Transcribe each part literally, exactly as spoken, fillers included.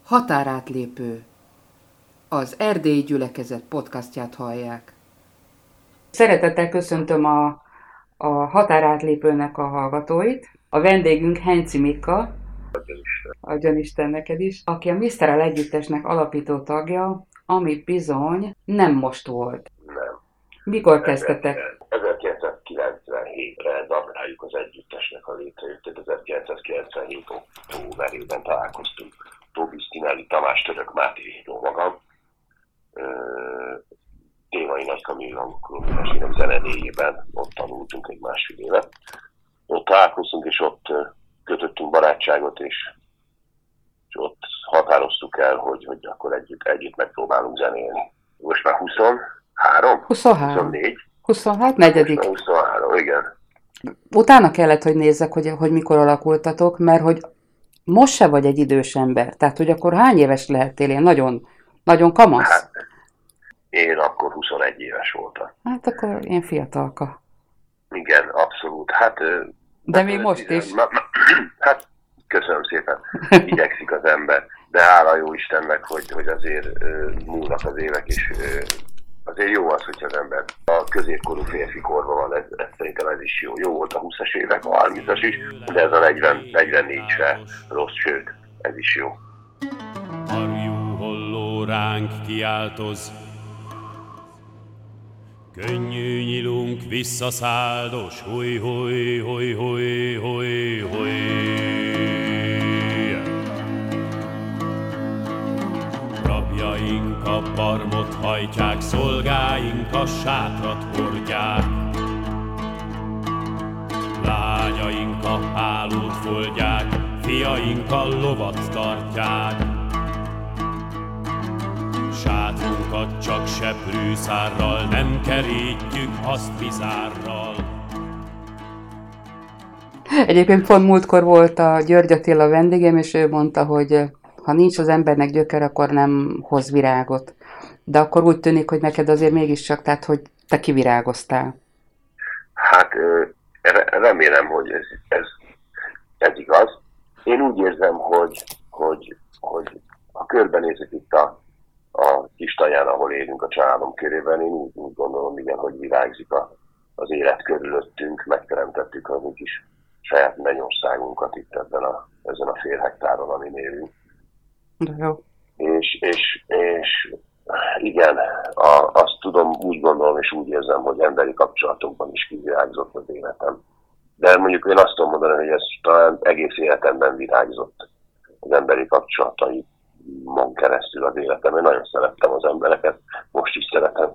Határátlépő. Az Erdélyi Gyülekezet podcastját hallják. Szeretettel köszöntöm a, a Határátlépőnek a hallgatóit. A vendégünk Henczy Mika, adjon Isten neked is, aki a Miszterel együttesnek alapító tagja, ami bizony nem most volt. Nem. Mikor kezdtetek? ezerkilencszázkilencvenhétre datáljuk az együttesnek a létrejöttét, ezerkilencszázkilencvenhét októberében találkoztunk. Tóbi Sztinelli, Tamás, Török Máté, jó magam. Témai Nagy Kamilla Klóvinásének zenenéjében ott tanultunk egy másfél évet. Ott találkoztunk, és ott kötöttünk barátságot, és, és ott határoztuk el, hogy, hogy akkor együtt, együtt megpróbálunk zenélni. Most már huszonhárom? huszonhárom. huszonnégy? huszonhat, negyedik. huszonhárom, igen. Utána kellett, hogy nézzek, hogy, hogy mikor alakultatok, mert hogy most se vagy egy idős ember. Tehát, hogy akkor hány éves lehettél? Én nagyon, nagyon kamasz? Hát, én akkor huszonegy éves voltam. Hát akkor én fiatalka. Igen, abszolút. Hát, de még most is. Na, na, hát, köszönöm szépen. Igyekszik az ember. De hála jó Istennek, hogy, hogy azért uh, múlnak az évek, és uh, azért jó az, hogyha az ember a középkorú férfi korban van, ez, ez szerintem ez is jó. Jó volt a húszas évek, a harmincas is, de ez a negyven, negyvennégy se rossz, sőt, ez is jó. Harjú holló ránk kiáltoz, könnyű nyilunk visszaszáldos, hoj, hoj, hoj, hoj, hoj, hoj. Rabjaink a barmot hajtják, szolgáink a sátrat hordják. Lányaink a hálót foldják, fiaink a lovat tartják. Sátrunkat csak seprűszárral, nem kerítjük azt vizárral. Egyébként pont múltkor volt a György Attila vendégem, és ő mondta, hogy ha nincs az embernek gyöker, akkor nem hoz virágot. De akkor úgy tűnik, hogy neked azért mégiscsak, tehát, hogy te kivirágoztál. Hát remélem, hogy ez, ez, ez igaz. Én úgy érzem, hogy, hogy, hogy ha körbenézek itt a, a kis taján, ahol élünk a családom körében, én úgy, úgy gondolom, igen, hogy virágzik a, az élet körülöttünk, megteremtettük a mi kis saját mennyországunkat itt ebben a, ezen a fél hektáron, amin élünk. Jó. És, és, és igen, a, azt tudom, úgy gondolom és úgy érzem, hogy emberi kapcsolatokban is kivirágzott az életem. De mondjuk én azt tudom mondani, hogy ez talán egész életemben virágzott az emberi kapcsolataimon keresztül az életem. Én nagyon szerettem az embereket, most is szeretem,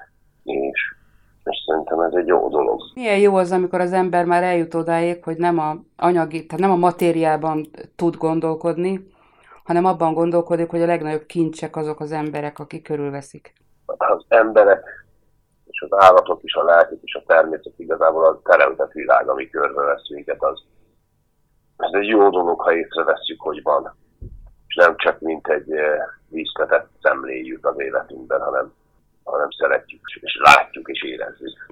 és, és szerintem ez egy jó dolog. Milyen jó az, amikor az ember már eljut odáig, hogy nem a anyagi, tehát nem a matériában tud gondolkodni, hanem abban gondolkodik, hogy a legnagyobb kincsek azok az emberek, akik körülveszik. Az emberek és az állatok is, a lelkek és a természet igazából a teremtett világ, ami körbevesz minket, az ez egy jó dolog, ha észrevesszük, hogy van. És nem csak mint egy víztetett szemléljük az életünkben, hanem, hanem szeretjük, és látjuk, és érezzük.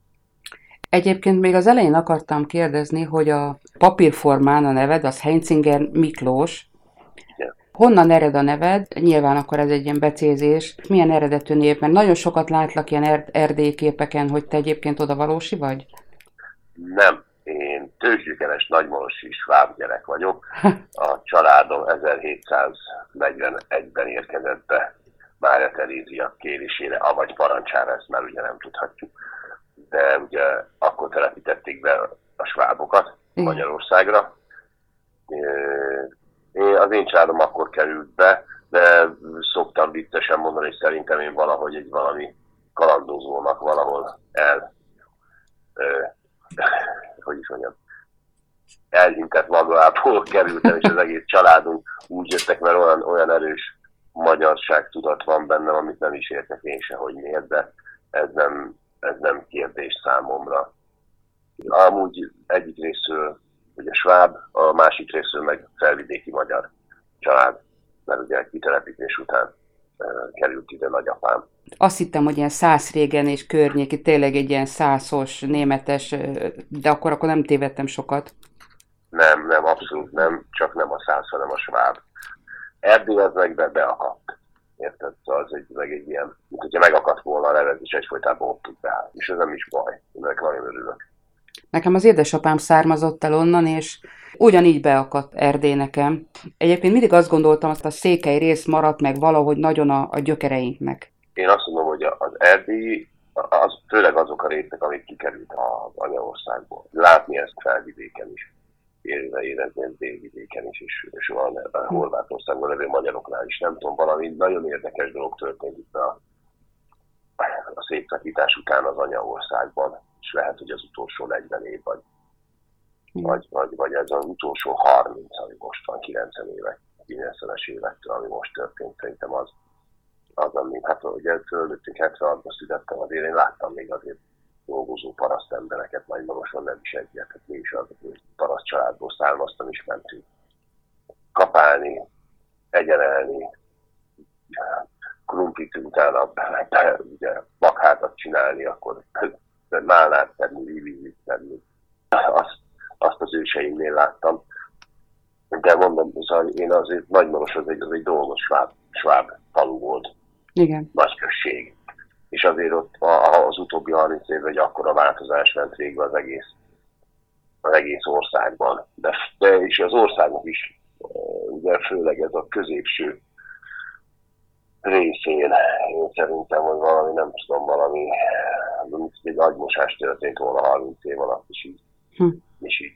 Egyébként még az elején akartam kérdezni, hogy a papírformán a neved, az Heintzinger Miklós. Igen. Honnan ered a neved? Nyilván akkor ez egy ilyen becézés. Milyen eredetű név? Mert nagyon sokat látlak ilyen er- erdélyi képeken, hogy te egyébként odavalósi vagy? Nem. Én tőzsgyökeres nagymolosi sváb gyerek vagyok. A családom ezerhétszáznegyvenegyben érkezett be Mária Terézia kérésére, avagy parancsára, ezt már ugye nem tudhatjuk. De ugye akkor telepítették be a svábokat Magyarországra. Én, az én családom akkor került be, de szoktam viccesen mondani, hogy szerintem én valahogy egy valami kalandozónak valahol el, ö, hogy is mondjam, elhintett magából kerültem, és az egész családunk úgy jöttek, mert olyan, olyan erős magyarság tudat van bennem, amit nem is értek én se, hogy miért, de ez nem, ez nem kérdés számomra. Amúgy egyik részről ugye sváb, a másik részről meg felvidéki magyar család, mert ugye kitelepítés után uh, került ide nagyapám. Azt hittem, hogy ilyen Szászrégen és környéki, tényleg egy ilyen szászos, németes, de akkor, akkor nem tévedtem sokat. Nem, nem, abszolút nem, csak nem a szász, hanem a sváb. Erdély az meg be, beakadt. Érted? Szóval az egy, meg egy ilyen, mint hogyha megakadt volna a levet, és egyfolytában ott tud beállni. És ez nem is baj. Ennek nagyon örülök. Nekem az édesapám származott el onnan, és ugyanígy beakadt Erdély nekem. Egyébként mindig azt gondoltam, azt a székely rész maradt meg valahogy nagyon a, a gyökereinknek. Én azt mondom, hogy az Erdély, az, főleg azok a részek, amik kikerült az anyaországból. Látni ezt felvidéken is, érezni ezt délvidéken is, és, és van a Horvátországban levő magyaroknál is. Nem tudom, valami nagyon érdekes dolog történt itt a, a szétszakítás után az anyaországban, és lehet, hogy az utolsó negyven év, vagy, vagy, vagy, vagy ez az utolsó harminc, ami most van, kilencven évek, kilencvenes évektől, ami most történt, szerintem az, az, ami, hát ugye fölöttünk hetvenhatban születtem, azért én láttam még azért dolgozó paraszt embereket, Nagymaroson nem is egyet, hát mi is az, hogy paraszt családból származtam, is mentünk kapálni, egyenelni, krumplit utána ugye bakhátat csinálni, akkor málnát tenni, vízit tenni. Azt, azt az őseimnél láttam. De mondom, szóval én azért Nagymaros az egy, az egy dolgos sváb, sváb falu volt. Igen. Nagy község. És azért ott az utóbbi harminc évben egy akkora változás ment végbe az egész, az egész országban. De, de és az országnak is, ugye főleg ez a középső részén, én szerintem, hogy valami, nem tudom, valami, mint egy agymosás történt volna harminc év alatt, és így, hm. és így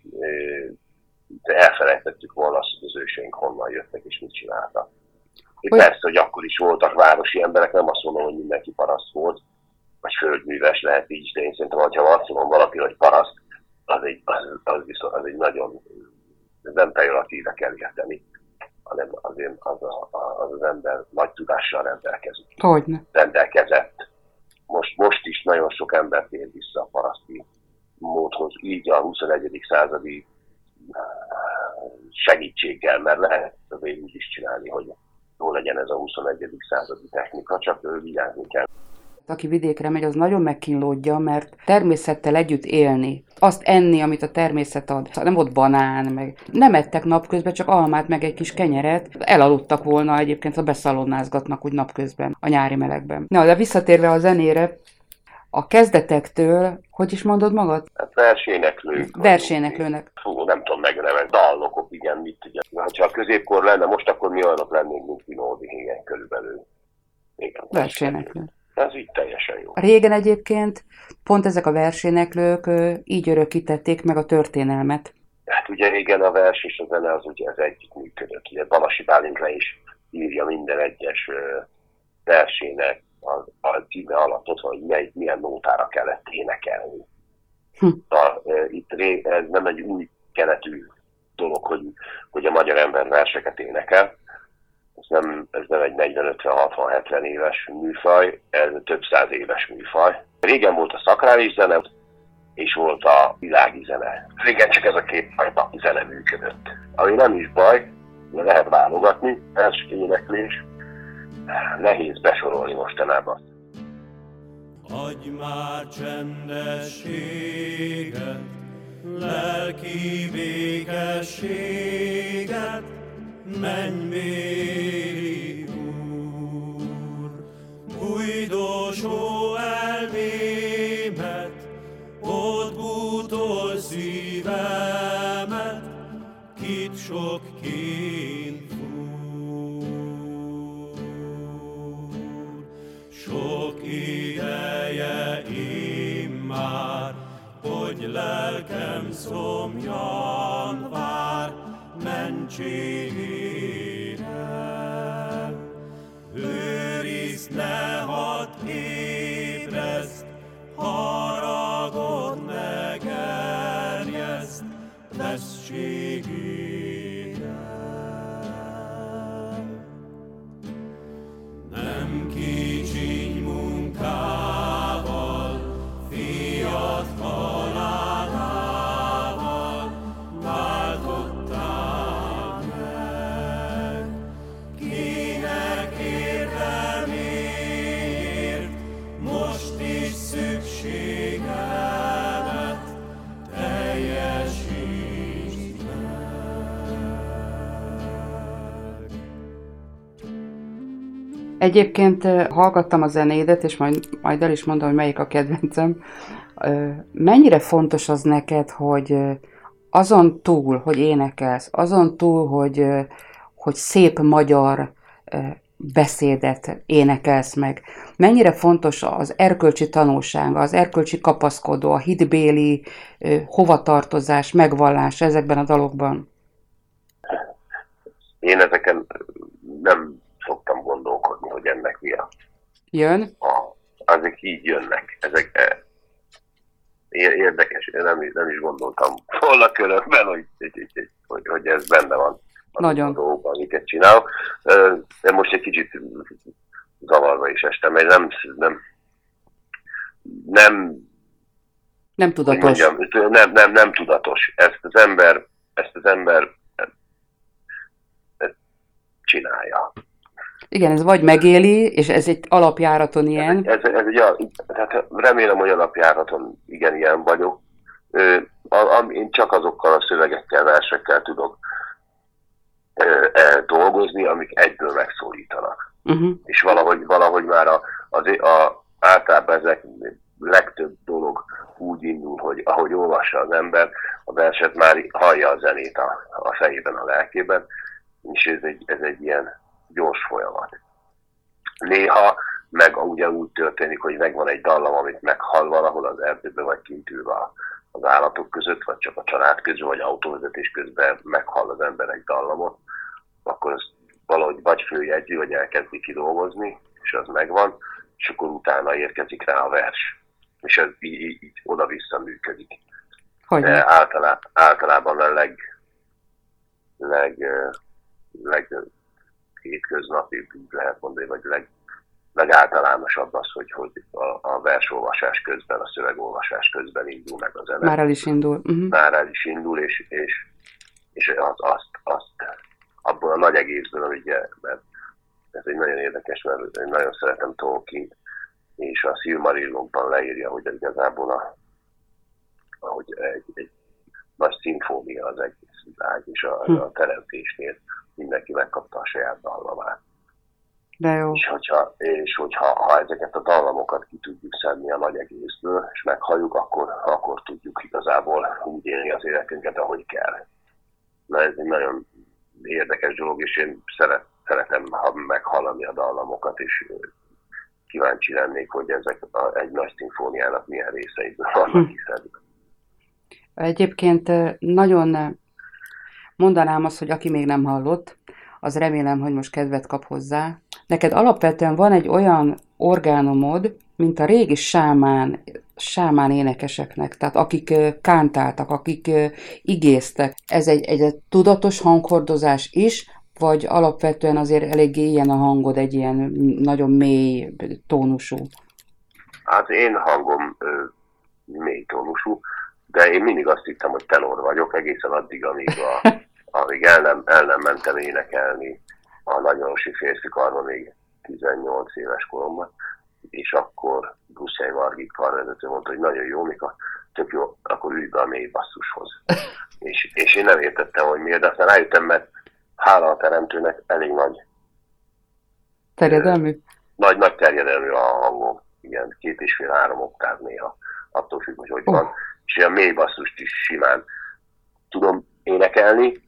e, elfelejtettük volna azt, hogy az őseink honnan jöttek és mit csináltak. Hogy... Persze, hogy akkor is voltak városi emberek, nem azt mondom, hogy mindenki paraszt volt, vagy földműves lehet így, de én szerintem, hogyha azt mondom valaki, hogy paraszt, az egy, az, az, viszont, az egy nagyon, nem pejoratíve kell érteni, hanem azért az, a, az az ember nagy tudással rendelkezik. Hogyne. Rendelkezett. Most, most is nagyon sok ember tér vissza a paraszti módhoz, így a huszonegyedik századi segítséggel, mert lehet azért úgy is csinálni, hogy jó legyen ez a huszonegyedik századi technika, csak ő vigyázni kell. Aki vidékre megy, az nagyon megkínlódja, mert természettel együtt élni, azt enni, amit a természet ad. Nem volt banán, meg nem ettek napközben, csak almát, meg egy kis kenyeret. Elaludtak volna egyébként, ha beszalonnázgatnak úgy napközben, a nyári melegben. Na, de visszatérve a zenére, a kezdetektől, hogy is mondod magad? Hát verséneklő. Verséneklőnek. Fú, nem tudom megnevezni. Dallokok, igen, mit tudja. Ha a középkor lenne, most akkor mi olyanok lennénk, mint Vinódi, igen, körülbelül. Igen, verséneklő. Ez így teljesen jó. Régen egyébként pont ezek a verséneklők így örökítették meg a történelmet. Hát ugye régen a vers és a zene az ugye ez együtt működött. Ugye Balasi Bálint le is írja minden egyes versének a, a címe alatt ott van, hogy milyen nótára kellett énekelni. Hm. A, itt ré, ez nem egy új keletű dolog, hogy, hogy a magyar ember verseket énekel. Ez nem, ez nem egy negyven, ötven, hatvan, hetven éves műfaj, ez több száz éves műfaj. Régen volt a szakrális zene, és volt a világi zene. Régen csak ez a két fajta zene működött. Ami nem is baj, de lehet válogatni, vers, éneklés, nehéz besorolni mostanában. Adj már csendességet, lelki békességet, mennybéli Úr, bújdosó elmémet, ott bútol szívemet, kit sok kint fúr. Sok ideje immár, hogy lelkem szomjan vár, mentségére. Őrizd, ne hadd ébreszt, haragot ne gerjeszt, vesztségére. Nem kicsiny munkával, fiat halálával váltottál meg. Egyébként hallgattam a zenédet, és majd, majd el is mondom, hogy melyik a kedvencem. Mennyire fontos az neked, hogy azon túl, hogy énekelsz, azon túl, hogy, hogy szép magyar beszédet énekelsz meg, mennyire fontos az erkölcsi tanulság, az erkölcsi kapaszkodó, a hitbéli hovatartozás, megvallás ezekben a dalokban? Én ezeken nem szoktam gondolkodni, hogy ennek mi a... Jön? a ezek így jönnek. Ezek eh, érdekes, én nem, nem is gondoltam volna különben, hogy, hogy, hogy, hogy ez benne van. Nagyon. A dolgokban, amiket csinálok. De most egy kicsit zavarba is estem, mert nem, nem, nem, nem tudatos. Mondjam, nem, nem, nem tudatos. Ezt az ember, ezt az ember ezt csinálja. Igen, ez vagy megéli, és ez egy alapjáraton ilyen. Ez, ez, ez egy, tehát remélem, hogy alapjáraton igen, ilyen vagyok. A, a, én csak azokkal a szövegekkel, versekkel tudok dolgozni, amik egyből megszólítanak. Uh-huh. És valahogy, valahogy már a, az, a, általában ezek legtöbb dolog úgy indul, hogy ahogy olvassa az ember, a verset már hallja a zenét a, a fejében, a lelkében, és ez egy, ez egy ilyen gyors folyamat. Néha meg ugye úgy történik, hogy megvan egy dallam, amit meghall valahol az erdőben, vagy kint ülve az állatok között, vagy csak a család közül, vagy autóvezetés közben meghall az ember egy dallamot, akkor azt valahogy vagy följegyzi, vagy elkezdi kidolgozni, és az megvan, és akkor utána érkezik rá a vers. És ez így, így, így oda-vissza működik. Hogy? De általában, általában a leg, leg, leg hétköznapi, lehet mondani, vagy leg, legáltalánosabb az, hogy, hogy a, a versolvasás közben, a szövegolvasás közben indul meg a zene. Már el is indul. Uh-huh. Már el is indul, és, és, és az, azt, azt abból a nagy egészből, ugye, mert ez egy nagyon érdekes, mert én nagyon szeretem Tolkien, és a Silmarillionban leírja, hogy igazából a, ahogy egy, egy nagy szimfónia az egész világ, és a, hm. a teremtésnél mindenki megkapta a saját dallamát. De jó. És hogyha, és hogyha ha ezeket a dallamokat ki tudjuk szedni a nagy egészből, és meghalljuk, akkor, akkor tudjuk igazából úgy élni az életünket, ahogy kell. Na ez egy nagyon érdekes dolog, és én szeret, szeretem meghallani a dallamokat, és kíváncsi lennék, hogy ezek a, egy nagy szimfóniának milyen részeiből vannak kiszedve. Egyébként nagyon mondanám azt, hogy aki még nem hallott, az remélem, hogy most kedvet kap hozzá. Neked alapvetően van egy olyan orgánumod, mint a régi sámán, sámán énekeseknek, tehát akik kántáltak, akik igéztek. Ez egy, egy tudatos hanghordozás is, vagy alapvetően azért eléggé ilyen a hangod, egy ilyen nagyon mély tónusú? Az én hangom ö, mély tónusú, de én mindig azt hittem, hogy tenor vagyok, egészen addig, amíg, a, amíg el, nem, el nem mentem énekelni a Nagymarosi Férfikarban még tizennyolc éves koromban, és akkor Bruszely Margit karvezető mondta, hogy nagyon jó, Mika, tök jó, akkor ülj be a mély basszushoz. és, és én nem értettem, hogy miért, de aztán rájöttem, mert hála a teremtőnek elég nagy terjedelmű? Nagy, nagy terjedelmű a hangom, igen, két és fél három oktáv néha, attól függ, hogy hogy oh. van. És a mély basszust is simán tudom énekelni,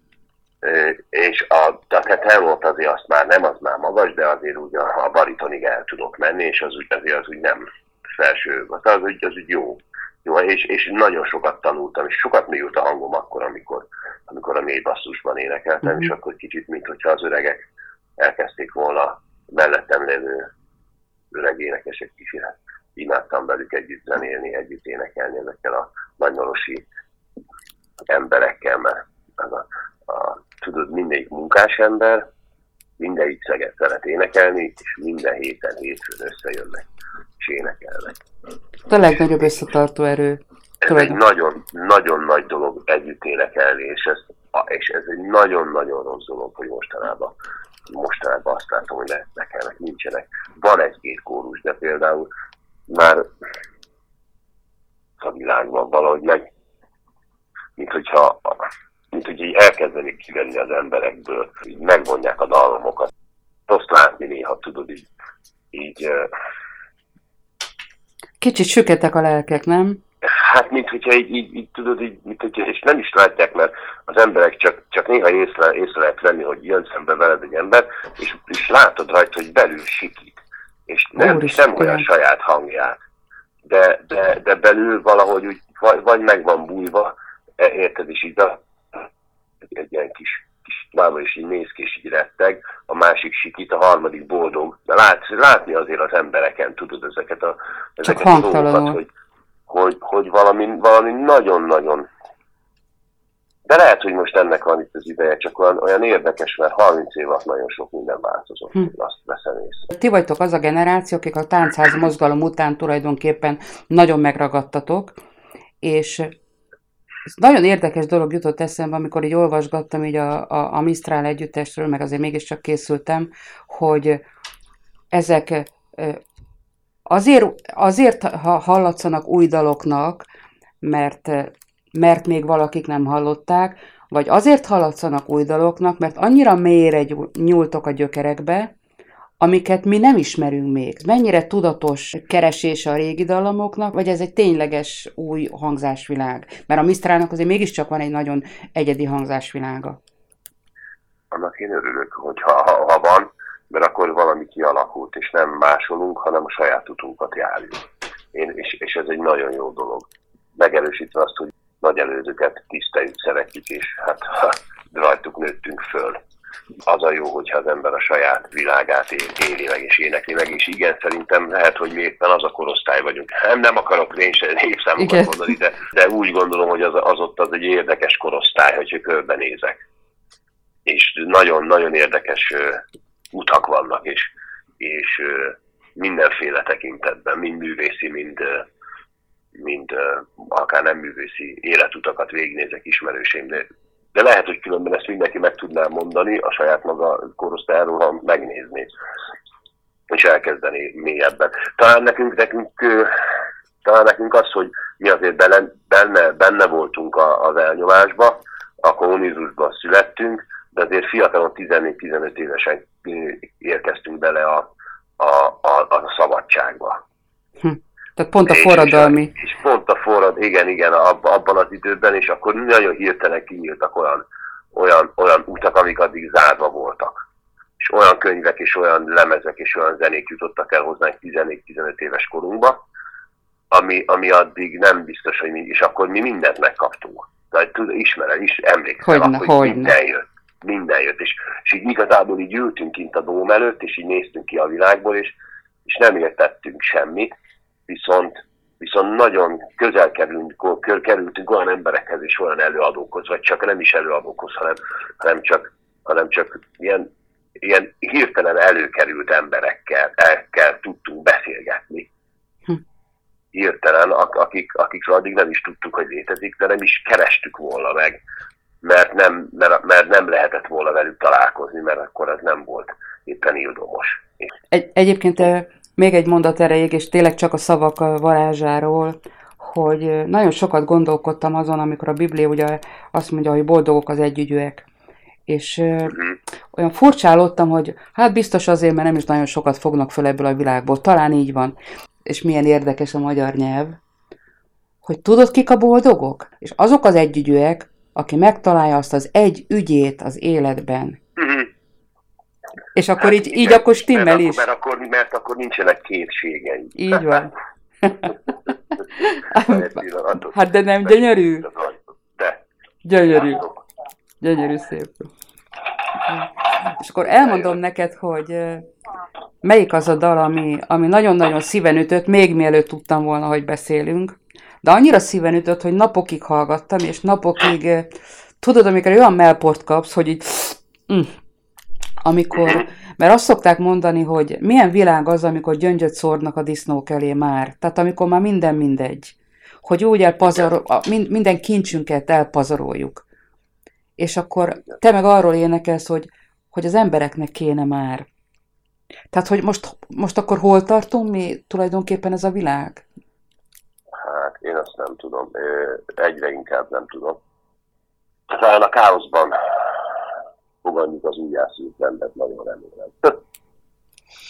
és a, a tenort azért azt már nem, az már magas, de azért úgy a, a baritonig el tudok menni, és az úgy, azért az úgy nem felső, az, az, úgy, az úgy jó. jó és, és nagyon sokat tanultam, és sokat mélyült a hangom akkor, amikor, amikor a mély basszusban énekeltem, mm-hmm. és akkor kicsit, mint hogyha az öregek elkezdték volna mellettem lévő öreg énekesek is. Imádtam velük együtt zenélni, együtt énekelni ezekkel a nagymarosi emberekkel, mert az a, a, tudod, mindegyik munkás ember, mindegyik szeget szeret énekelni, és minden héten hétfőn összejönnek, és énekelnek. A legnagyobb összetartó erő. Ez egy nagyon, nagyon nagy dolog együtt énekelni, és ez, és ez egy nagyon-nagyon rossz dolog, hogy mostanában, mostanában azt látom, hogy ne, nekelnek, nincsenek. Van egy-két kórus, de például már a világban valahogy meg, mint hogyha, mint hogy így elkezdenék kivenni az emberekből, így megvonják a dallamokat. Azt látni néha néha tudod így, így uh, Kicsit süketek a lelkek, nem? hát, mint hogyha így, így, így tudod, így, mint hogyha, és nem is látják, mert az emberek csak, csak néha észre, észre lehet venni, hogy jön szembe veled egy ember, és, és látod rajta, hogy belül sikít, és nem, és nem olyan saját hangját, de, de, de belül valahogy úgy, vagy, vagy meg van bújva, érted, és így a, egy ilyen kis, kis mába is így néz ki, és így retteg, a másik sikít, a harmadik boldog. De lát, látni azért az embereken, tudod, ezeket a, ezeket a dolgokat, hogy Hogy, hogy valami, valami nagyon-nagyon... De lehet, hogy most ennek van itt az ideje, csak olyan, olyan érdekes, mert harminc év alatt nagyon sok minden változott, hm. azt veszem észre. Ti vagytok az a generáció, akik a táncház mozgalom után tulajdonképpen nagyon megragadtatok, és nagyon érdekes dolog jutott eszembe, amikor így olvasgattam így a, a, a Misztrál együttesről, meg azért mégiscsak készültem, hogy ezek... Azért, azért hallatszanak új daloknak, mert, mert még valakik nem hallották, vagy azért hallatszanak új daloknak, mert annyira mélyre nyúltok a gyökerekbe, amiket mi nem ismerünk még. Mennyire tudatos keresése a régi dallamoknak, vagy ez egy tényleges új hangzásvilág? Mert a Misztrálnak azért mégiscsak van egy nagyon egyedi hangzásvilága. Annak én örülök, hogy ha, ha, ha van, mert akkor valami kialakult, és nem másolunk, hanem a saját utunkat járjuk. Én, és, és ez egy nagyon jó dolog. Megerősítve azt, hogy nagy előzőket tiszteljük, szeretjük, és hát ha, rajtuk nőttünk föl. Az a jó, hogyha az ember a saját világát éli meg és énekli meg, és igen, szerintem lehet, hogy mi éppen az a korosztály vagyunk. Nem, nem akarok én se évszámokat mondani, de, de úgy gondolom, hogy az, az ott az egy érdekes korosztály, hogyha körbenézek. És nagyon-nagyon érdekes utak vannak, és, és mindenféle tekintetben, mind művészi, mind, mind akár nem művészi életutakat végignézek ismerőseim, de, de lehet, hogy különben ezt mindenki meg tudná mondani a saját maga korosztályáról, ha megnézni, és elkezdeni mélyebben. Talán nekünk, nekünk, talán nekünk az, hogy mi azért benne, benne voltunk az elnyomásba, a kommunizmusban születtünk, de azért fiatalon tizennégy-tizenöt évesen érkeztünk bele a, a, a, a szabadságba. Hm. Tehát pont a forradalmi. És, és pont a forrad, igen, igen, abban az időben, és akkor nagyon hirtelen kinyíltak olyan, olyan, olyan utak, amik addig zárva voltak. És olyan könyvek, és olyan lemezek, és olyan zenék jutottak el hozzánk tizennégy-tizenöt éves korunkba, ami, ami addig nem biztos, hogy mi, és akkor mi mindent megkaptunk. Tehát tud, ismerem, is emlékszem, hogyne, akkor hogyne. minden jött. Minden jött, és, és így igazából így ültünk kint a dóm előtt, és így néztünk ki a világból, és, és nem értettünk semmit, viszont, viszont nagyon közel kerültünk, kerültünk olyan emberekhez és olyan előadókhoz, vagy csak nem is előadókhoz, hanem, hanem csak, hanem csak ilyen, ilyen hirtelen előkerült emberekkel el tudtunk beszélgetni. Hm. Hirtelen, akik, akikről addig nem is tudtuk, hogy létezik, de nem is kerestük volna meg. Mert nem, mert, mert nem lehetett volna velük találkozni, mert akkor ez nem volt éppen ildomos. Egy, egyébként még egy mondat erejéig, és tényleg csak a szavak varázsáról, hogy nagyon sokat gondolkodtam azon, amikor a Biblia ugye azt mondja, hogy boldogok az együgyűek. És uh-huh. olyan furcsálódtam, hogy hát biztos azért, mert nem is nagyon sokat fognak föl ebből a világból. Talán így van. És milyen érdekes a magyar nyelv, hogy tudod, kik a boldogok? És azok az együgyűek, aki megtalálja azt az egy ügyét az életben. Uh-huh. És akkor hát így, igen, így akkor stimmel mert is. Mert akkor, mert akkor nincsenek kétségei. Így van. Hát de nem gyönyörű? De. Gyönyörű. Gyönyörű szép. És akkor elmondom neked, hogy melyik az a dal, ami, ami nagyon-nagyon szíven ütött, még mielőtt tudtam volna, hogy beszélünk. De annyira szíven ütött, hogy napokig hallgattam, és napokig, tudod, amikor olyan mellport kapsz, hogy így, mm, amikor, mert azt szokták mondani, hogy milyen világ az, amikor gyöngyöt szórnak a disznók elé már. Tehát amikor már minden mindegy. Hogy úgy elpazarol, minden kincsünket elpazaroljuk. És akkor te meg arról énekelsz, hogy, hogy az embereknek kéne már. Tehát, hogy most, most akkor hol tartunk mi tulajdonképpen ez a világ? Hát én azt nem tudom. Egyre inkább nem tudom. Talán a káoszban fogadjuk az újjászült rendet, nagyon remélem.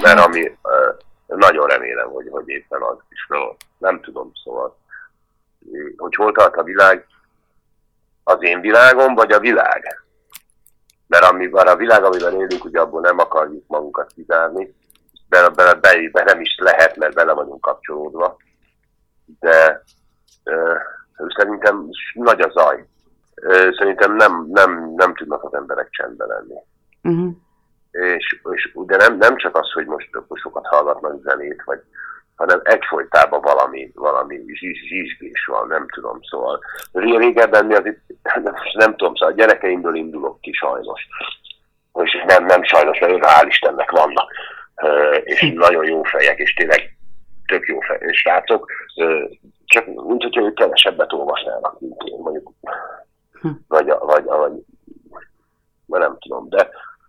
Mert ami, nagyon remélem, hogy, hogy éppen az is fel. Nem tudom, szóval, hogy hol tart a világ, az én világom, vagy a világ? Mert amiben a világ, amiben élünk, ugye abból nem akarjuk magunkat kizárni, bele, bele, bele, bele nem is lehet, mert bele vagyunk kapcsolódva, de ö, szerintem nagy a zaj. Ö, szerintem nem, nem, nem tudnak az emberek csendben lenni. Uh-huh. És, és de nem, nem csak az, hogy most sokat hallgatnak zenét, vagy, hanem egyfolytában valami, valami zsizsgés van, nem tudom, szóval. Régebben mi azért, nem, nem tudom, szóval a gyerekeimből indulok ki sajnos. És nem, nem sajnos, mert hál' Istennek vannak. És nagyon jó fejek, és tényleg tök jó fejek, és srácok. Csak mint hogyha ők kevesebbet olvasnának, mint én, mondjuk. Vagy, vagy, vagy, vagy nem tudom, de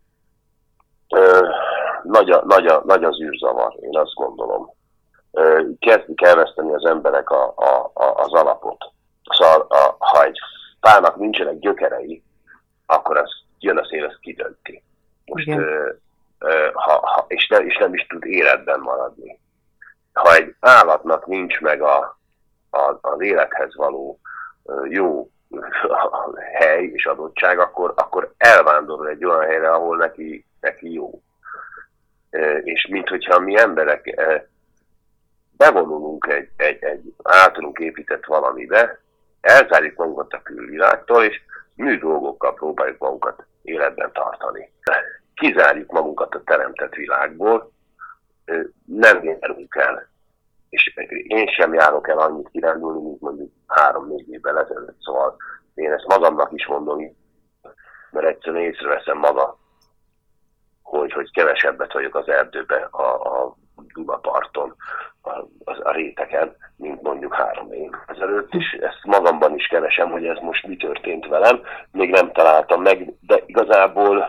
nagy, a, nagy, a, nagy az űrzavar, én azt gondolom. Kezdik elveszteni az emberek a, a, a, az alapot. Szóval, a, ha egy fának nincsenek gyökerei, akkor az jön a szél, az kidönti. Most, ö, ö, ha, ha, és, ne, és nem is tud életben maradni. Ha egy állatnak nincs meg a, a, az élethez való ö, jó hely és adottság, akkor, akkor elvándorol egy olyan helyre, ahol neki, neki jó. Ö, és mint hogyha mi emberek ö, bevonulunk egy, egy, egy általunk épített valamibe, elzárjuk magunkat a külvilágtól, és mű dolgokkal próbáljuk magunkat életben tartani. Kizárjuk magunkat a teremtett világból, nem járunk el. És én sem járok el annyit kirándulni, mint mondjuk három-négy évvel ezelőtt. Szóval én ezt magamnak is mondom, mert egyszerűen észreveszem maga, hogy, hogy kevesebbet vagyok az erdőben, a, a Dunaparton, a, a, a réteken, mint mondjuk három év ezelőtt, és ezt magamban is keresem, hogy ez most mi történt velem. Még nem találtam meg, de igazából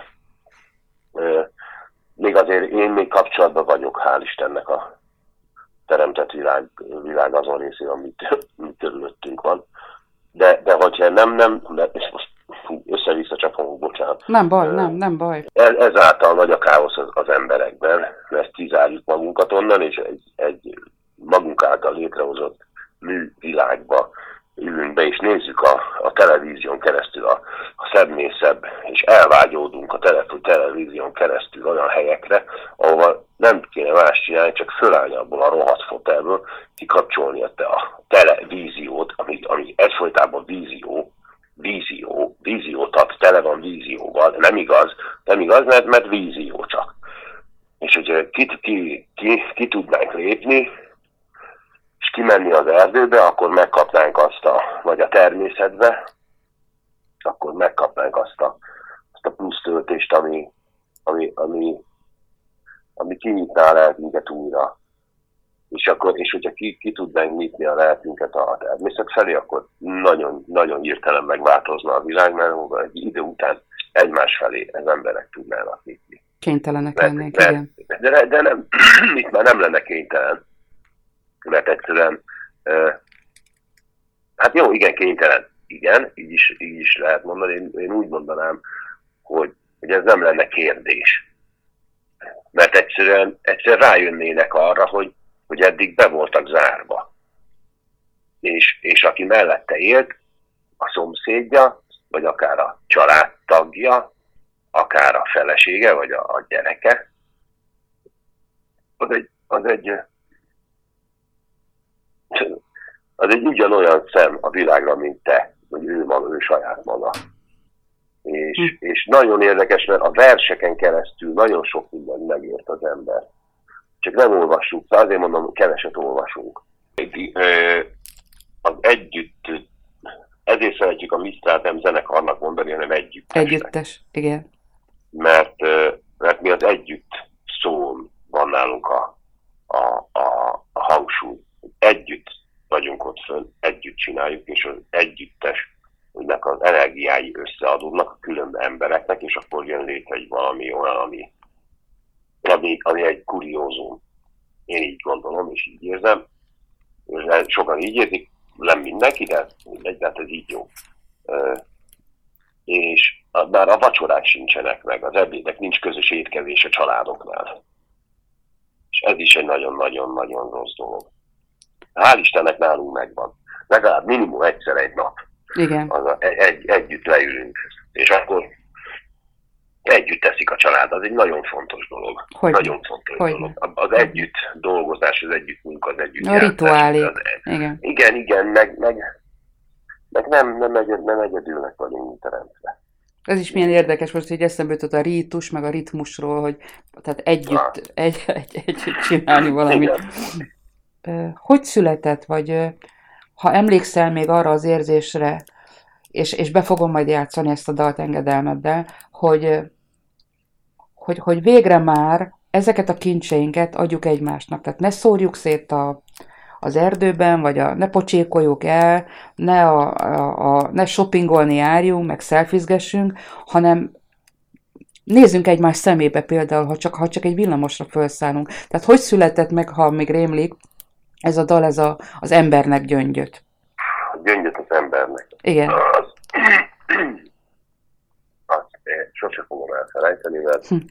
euh, még azért én még kapcsolatban vagyok, hál' Istennek a teremtett világ, világ azon részén, amit, amit körülöttünk van. De, de hogyha nem, nem, és most össze-vissza csapom, bocsánat. Nem baj, nem, nem baj. Ez, ezáltal nagy a káosz az, az emberekben, mert kizárjuk magunkat onnan, és egy, egy magunk által létrehozott művilágba ülünk be, és nézzük a, a televízión keresztül a, a szebb-mészebb, és elvágyódunk a tele, televízión keresztül olyan helyekre, ahova nem kéne más csinálni, csak fölállni abból a rohadt fotelből, kikapcsolni a, a televíziót, ami, ami egyfolytában vízió, vízió, víziót ad, tele van vízióval, de nem igaz, nem igaz, mert, mert vízió csak. És hogyha ki, ki, ki, ki tudnánk lépni, és kimenni az erdőbe, akkor megkapnánk azt a, vagy a természetbe, akkor megkapnánk azt a, azt a plusz töltést, ami, ami, ami, ami kinyitná a lelkünket újra. És, akkor, és hogyha ki, ki tudnánk nyitni a lelkünket a természet felé, akkor nagyon, nagyon hirtelen megváltozna a világ, mert egy idő után egymás felé az emberek tudnának nyitni. Kénytelenek lennék, igen. De, de nem, itt már nem lenne kénytelen, mert egyszerűen, uh, hát jó, igen, kénytelen, igen, így is, így is lehet mondani, én, én úgy mondanám, hogy, hogy ez nem lenne kérdés. Mert egyszerűen, egyszerűen rájönnének arra, hogy hogy eddig be voltak zárva. És, és aki mellette élt, a szomszédja, vagy akár a családtagja, akár a felesége, vagy a, a gyereke, az egy, az egy, az egy ugyanolyan szem a világra, mint te, vagy ő maga, ő saját maga. És, hm. és nagyon érdekes, mert a verseken keresztül nagyon sok mindent megért az ember. Csak nem olvassuk, azért mondom, keveset olvasunk. Az együtt, ezért szeretjük a Misztrált nem zenekarnak mondani, hanem együttesnek. Együttes, igen. Mert, mert mi az együtt szón van nálunk a, a, a, a hangsúly. Együtt vagyunk ott fönn, együtt csináljuk, és az együttesnek az energiái összeadódnak a különböző embereknek, és akkor jön létre egy valami olyan, ami Ami, ami egy kuriózum. Én így gondolom, és így érzem. Sokan így érzik, nem mindenki, de mindegy, de hát ez így jó. Uh, és bár a vacsorák sincsenek meg, az ebédek, nincs közös étkezés a családoknál. És ez is egy nagyon-nagyon-nagyon rossz dolog. Hál' Istennek nálunk megvan. Legalább minimum egyszer egy nap. Igen. Az a, egy, együtt leülünk. És akkor együtt teszik a család. Az egy nagyon fontos dolog. Hogy nagyon fontos Hogy dolog. Az együtt dolgozás, az együtt munka, az együtt a játszás, rituálé. az, Igen. igen, igen, meg, meg, meg nem, nem, egyed, nem egyedülnek vagyunk teremtve. Ez is milyen érdekes, most így eszembe jutott a rítus, meg a ritmusról, hogy tehát együtt, egy, egy, együtt csinálni valamit. Igen. Hogy született, vagy ha emlékszel még arra az érzésre, és, és be fogom majd játszani ezt a dalt engedelmeddel, hogy, hogy, hogy végre már ezeket a kincseinket adjuk egymásnak. Tehát ne szórjuk szét a, az erdőben, vagy a, ne pocsékoljuk el, ne, a, a, a, ne shoppingolni járjunk, meg szelfizgessünk, hanem nézzünk egymás szemébe például, ha csak, ha csak egy villamosra felszállunk. Tehát hogy született meg, ha még rémlik, ez a dal, ez a, az embernek gyöngyöt? A gyöngyöt az embernek. Igen. Az, azt én sose fogom elfelejteni, mert hm.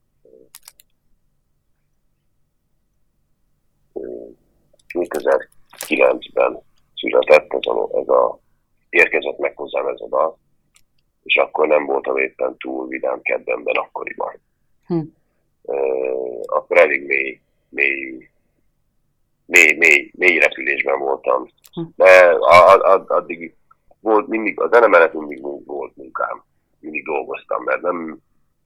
kétezer-kilencben született ez a, ez a érkezett meg hozzám ez a dal, és akkor nem voltam éppen túl vidám kedvemben akkoriban. Hm. Uh, akkor elég mély, mély, mély, mély, mély repülésben voltam. Hm. De a, a, addig volt mindig, a zene mellett mindig volt munkám. Mindig dolgoztam, mert nem,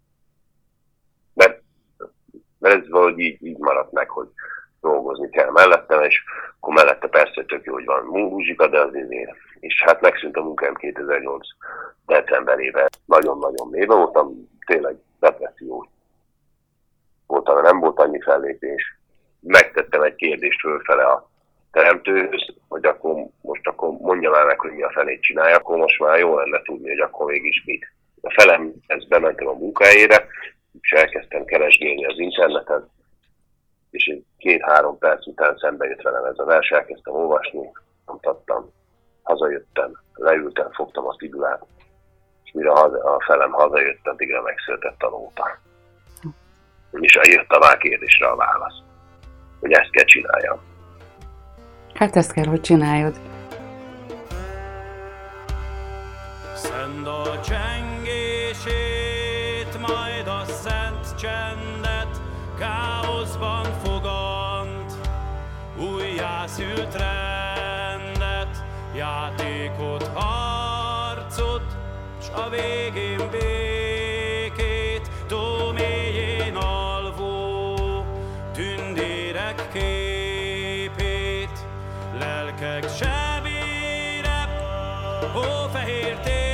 mert, mert ez valahogy így, így maradt meg, hogy dolgozni kell mellettem, és akkor mellette persze tök jó, hogy van muzsika, de azért én. És hát megszűnt a munkám kétezer-nyolc decemberében. Nagyon-nagyon mélyben voltam, tényleg depressziós voltam, nem volt annyi fellépés. Megtettem egy kérdést fölfele a teremtőhöz, hogy akkor most akkor mondja már meg, hogy mi a felét csinálja, akkor most már jó lenne tudni, hogy akkor mégis mit. A felem, ezt bementem a munkahelyére, és elkezdtem keresgélni az interneten, és egy két-három perc után szembe jött velem ez a vers, elkezdtem olvasni, nyomtattam, hazajöttem, leültem, fogtam a figurát, és mire a felem hazajött, addigra megszületett a nóta. És jött a már kérdésre a válasz, hogy ezt kell csináljam. Hát ezt kell, hogy csináljad. Szent a csengését, majd a szent csendet, káoszban fogant, újjászült rendet, játékot, harcot, s a végén békét, tó mélyén alvó tündérek képét, lelkek sebére, hófehér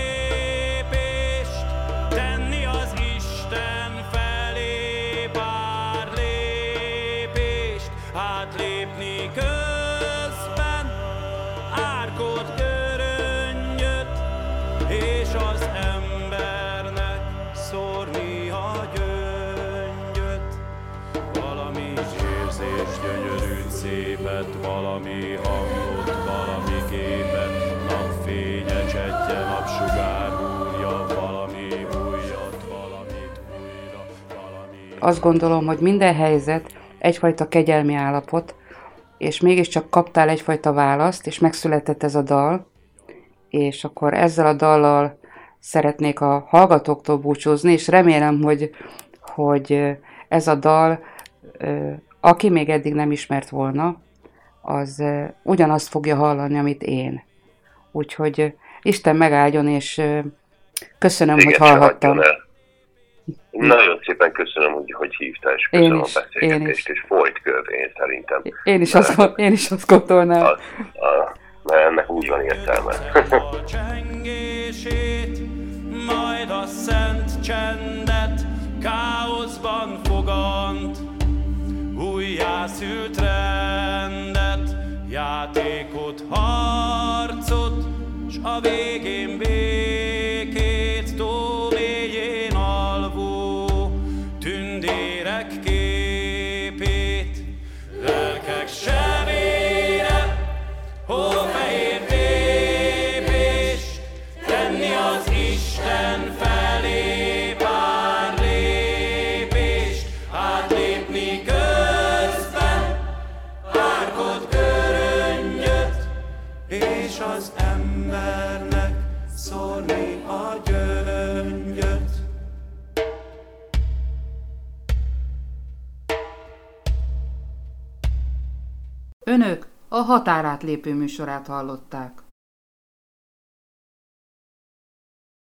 tépést, tenni az Isten felé pár lépést, átlépni közben árkot, göröngyöt, és az embernek szórni a gyöngyöt. Valami érzés, gyönyörűt, szépet, valami hangot, valami képet, napfénye, csetje, napsugár húrja, valami újat, valamit újra, valami... Azt gondolom, hogy minden helyzet egyfajta kegyelmi állapot, és mégiscsak kaptál egyfajta választ, és megszületett ez a dal, és akkor ezzel a dallal szeretnék a hallgatóktól búcsúzni, és remélem, hogy, hogy ez a dal, aki még eddig nem ismert volna, az ugyanazt fogja hallani, amit én. Úgyhogy Isten megáldjon, és köszönöm, igen, hogy hallhattam. Nagyon szépen köszönöm, hogy, hogy hívtál, és köszönöm is, a beszélgetést, és folyt kör, én szerintem. Én is, azt, én is azt gondolnám. A, a, mert ennek úgy van értelme. A csengését, majd a szent csendet, káoszban fogant, újjászült rendet, játékot, harcot, s a végén békét, tó mélyén alvó tündérek képét, lelkek sebére, hófehér tépést, tenni az Isten felé pár lépést, átlépni közben és az embernek szórni a gyöngyöt. Önök a Határátlépő műsorát hallották.